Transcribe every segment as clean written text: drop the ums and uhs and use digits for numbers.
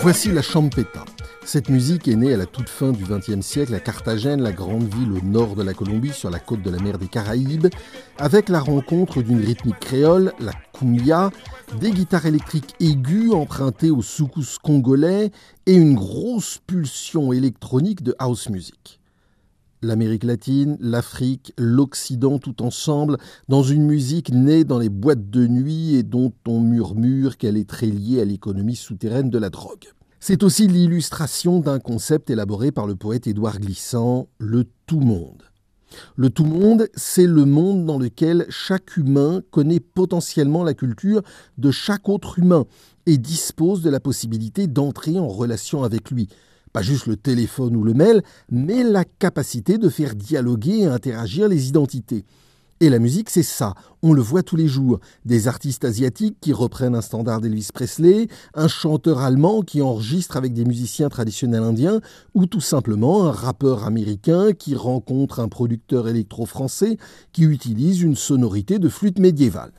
Voici la champeta. Cette musique est née à la toute fin du XXe siècle à Carthagène, la grande ville au nord de la Colombie, sur la côte de la mer des Caraïbes, avec la rencontre d'une rythmique créole, la cumbia, des guitares électriques aiguës empruntées au soukous congolais et une grosse pulsion électronique de house music. L'Amérique latine, l'Afrique, l'Occident tout ensemble, dans une musique née dans les boîtes de nuit et dont on murmure qu'elle est très liée à l'économie souterraine de la drogue. C'est aussi l'illustration d'un concept élaboré par le poète Édouard Glissant, le tout-monde. Le tout-monde, c'est le monde dans lequel chaque humain connaît potentiellement la culture de chaque autre humain et dispose de la possibilité d'entrer en relation avec lui. Pas juste le téléphone ou le mail, mais la capacité de faire dialoguer et interagir les identités. Et la musique, c'est ça, on le voit tous les jours. Des artistes asiatiques qui reprennent un standard d'Elvis Presley, un chanteur allemand qui enregistre avec des musiciens traditionnels indiens, ou tout simplement un rappeur américain qui rencontre un producteur électro-français qui utilise une sonorité de flûte médiévale.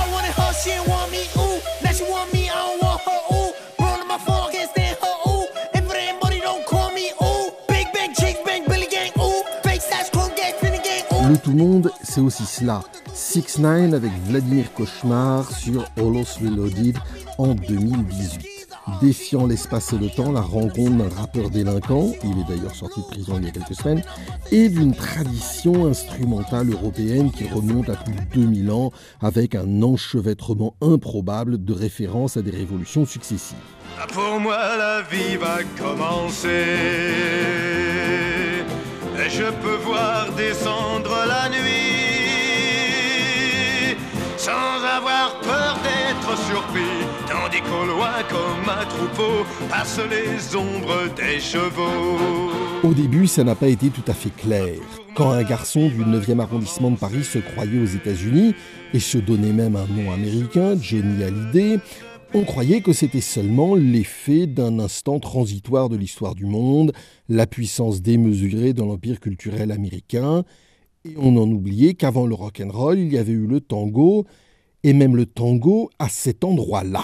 Le tout-monde, c'est aussi cela. 6ix9ine avec Vladimir Cauchemar sur Holos Reloaded en 2018. Défiant l'espace et le temps, la rencontre d'un rappeur délinquant, il est d'ailleurs sorti de prison il y a quelques semaines, et d'une tradition instrumentale européenne qui remonte à plus de 2000 ans avec un enchevêtrement improbable de références à des révolutions successives. Pour moi, la vie va commencer. Je peux voir descendre la nuit sans avoir peur d'être surpris, tandis qu'au loin comme un troupeau passent les ombres des chevaux. Au début, ça n'a pas été tout à fait clair. Quand un garçon du 9e arrondissement de Paris se croyait aux États-Unis et se donnait même un nom américain, Johnny Hallyday, on croyait que c'était seulement l'effet d'un instant transitoire de l'histoire du monde, la puissance démesurée de l'empire culturel américain, et on en oubliait qu'avant le rock'n'roll, il y avait eu le tango, et même le tango à cet endroit-là.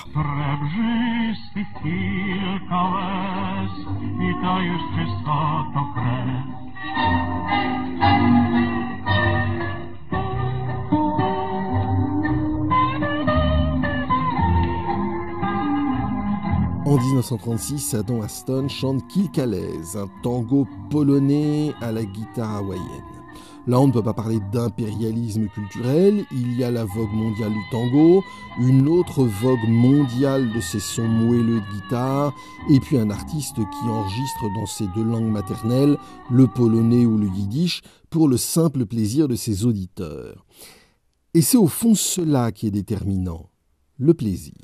En 1936, Adam Aston chante Kilkalez, un tango polonais à la guitare hawaïenne. Là, on ne peut pas parler d'impérialisme culturel, il y a la vogue mondiale du tango, une autre vogue mondiale de ces sons moelleux de guitare, et puis un artiste qui enregistre dans ses deux langues maternelles, le polonais ou le yiddish, pour le simple plaisir de ses auditeurs. Et c'est au fond cela qui est déterminant, le plaisir.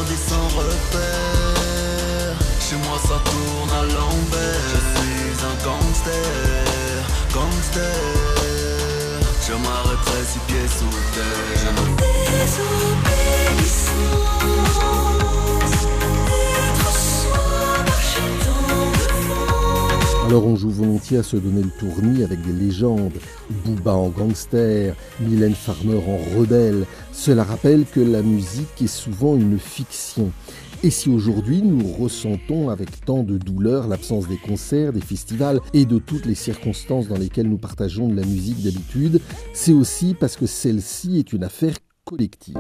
Chez moi ça tourne à l'envers. Je suis un gangster. Je m'arrêterai 6 pieds sous terre. Alors on joue volontiers à se donner le tournis avec des légendes. Booba en gangster, Mylène Farmer en rebelle. Cela rappelle que la musique est souvent une fiction. Et si aujourd'hui nous ressentons avec tant de douleur l'absence des concerts, des festivals et de toutes les circonstances dans lesquelles nous partageons de la musique d'habitude, c'est aussi parce que celle-ci est une affaire collective.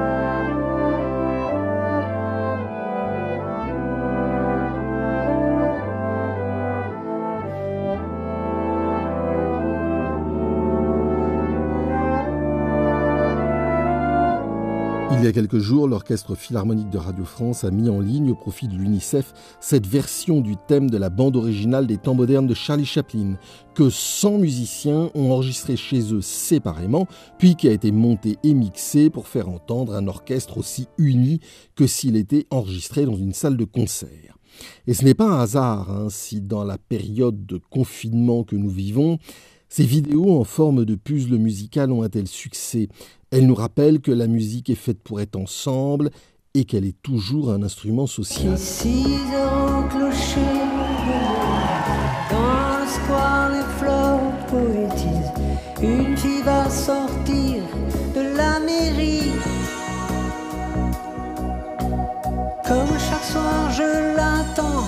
Il y a quelques jours, l'Orchestre Philharmonique de Radio France a mis en ligne au profit de l'UNICEF cette version du thème de la bande originale des temps modernes de Charlie Chaplin, que 100 musiciens ont enregistré chez eux séparément, puis qui a été monté et mixé pour faire entendre un orchestre aussi uni que s'il était enregistré dans une salle de concert. Et ce n'est pas un hasard si dans la période de confinement que nous vivons, ces vidéos en forme de puzzle musical ont un tel succès. Elles nous rappellent que la musique est faite pour être ensemble et qu'elle est toujours un instrument social. 6 heures au clocher de l'air, dans le square les fleurs poétisent. Une fille va sortir de la mairie. Comme chaque soir je l'attends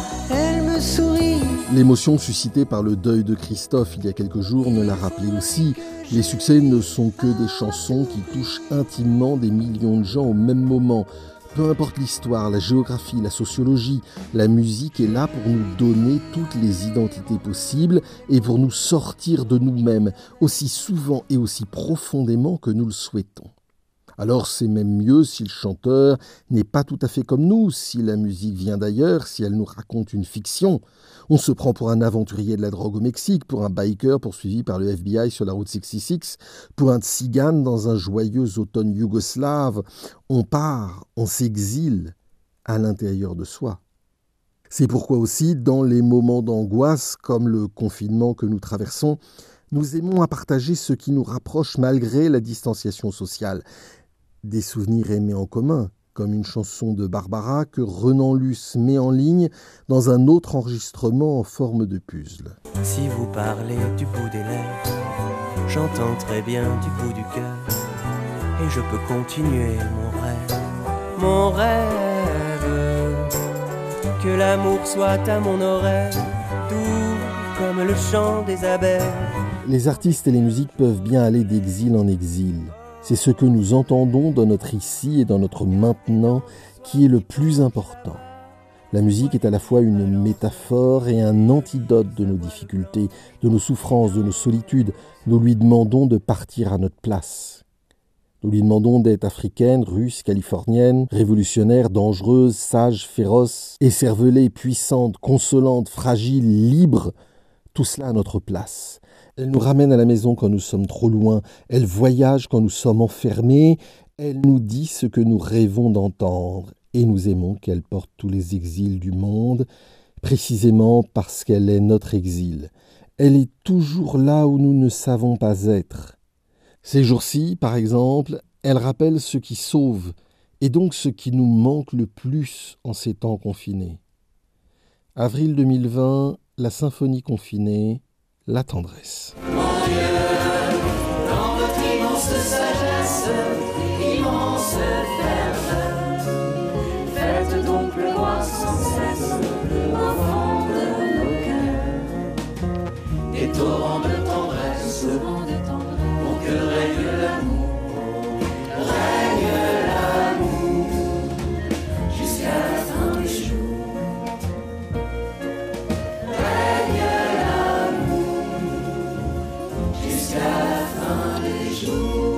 L'émotion suscitée par le deuil de Christophe il y a quelques jours ne l'a rappelé aussi. Les succès ne sont que des chansons qui touchent intimement des millions de gens au même moment. Peu importe l'histoire, la géographie, la sociologie, la musique est là pour nous donner toutes les identités possibles et pour nous sortir de nous-mêmes aussi souvent et aussi profondément que nous le souhaitons. Alors c'est même mieux si le chanteur n'est pas tout à fait comme nous, si la musique vient d'ailleurs, si elle nous raconte une fiction. On se prend pour un aventurier de la drogue au Mexique, pour un biker poursuivi par le FBI sur la route 66, pour un tzigane dans un joyeux automne yougoslave. On part, on s'exile à l'intérieur de soi. C'est pourquoi aussi, dans les moments d'angoisse, comme le confinement que nous traversons, nous aimons à partager ce qui nous rapproche malgré la distanciation sociale. Des souvenirs aimés en commun, comme une chanson de Barbara que Renan Luce met en ligne dans un autre enregistrement en forme de puzzle. Si vous parlez du bout des lèvres, j'entends très bien du bout du cœur, et je peux continuer mon rêve, que l'amour soit à mon oreille, doux comme le chant des abeilles. Les artistes et les musiques peuvent bien aller d'exil en exil. C'est ce que nous entendons dans notre ici et dans notre maintenant qui est le plus important. La musique est à la fois une métaphore et un antidote de nos difficultés, de nos souffrances, de nos solitudes. Nous lui demandons de partir à notre place. Nous lui demandons d'être africaine, russe, californienne, révolutionnaire, dangereuse, sage, féroce, écervelée, puissante, consolante, fragile, libre. Tout cela à notre place. Elle nous ramène à la maison quand nous sommes trop loin. Elle voyage quand nous sommes enfermés. Elle nous dit ce que nous rêvons d'entendre. Et nous aimons qu'elle porte tous les exils du monde, précisément parce qu'elle est notre exil. Elle est toujours là où nous ne savons pas être. Ces jours-ci, par exemple, elle rappelle ce qui sauve, et donc ce qui nous manque le plus en ces temps confinés. Avril 2020, la symphonie confinée, la tendresse. Mon Dieu, dans votre immense sagesse, immense ferveur, faites donc pleuvoir sans cesse au fond de nos cœurs des torrents de tendresse, pour que règne l'amour jusqu'à la fin des jours. Jusqu'à la fin des jours.